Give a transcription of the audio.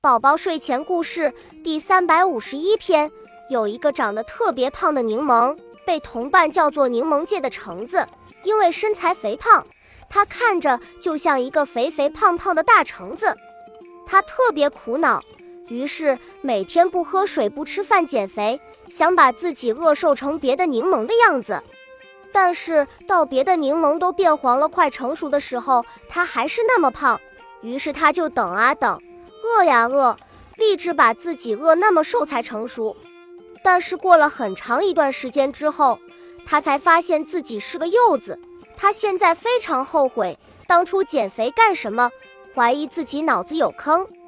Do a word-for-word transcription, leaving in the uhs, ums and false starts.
宝宝睡前故事第三百五十一篇，有一个长得特别胖的柠檬，被同伴叫做柠檬界的橙子。因为身材肥胖，他看着就像一个肥肥胖胖的大橙子。他特别苦恼，于是每天不喝水不吃饭减肥，想把自己饿瘦成别的柠檬的样子。但是到别的柠檬都变黄了快成熟的时候，他还是那么胖。于是他就等啊等，饿呀饿，立志把自己饿那么瘦才成熟。但是过了很长一段时间之后，他才发现自己是个柚子。他现在非常后悔当初减肥干什么，怀疑自己脑子有坑。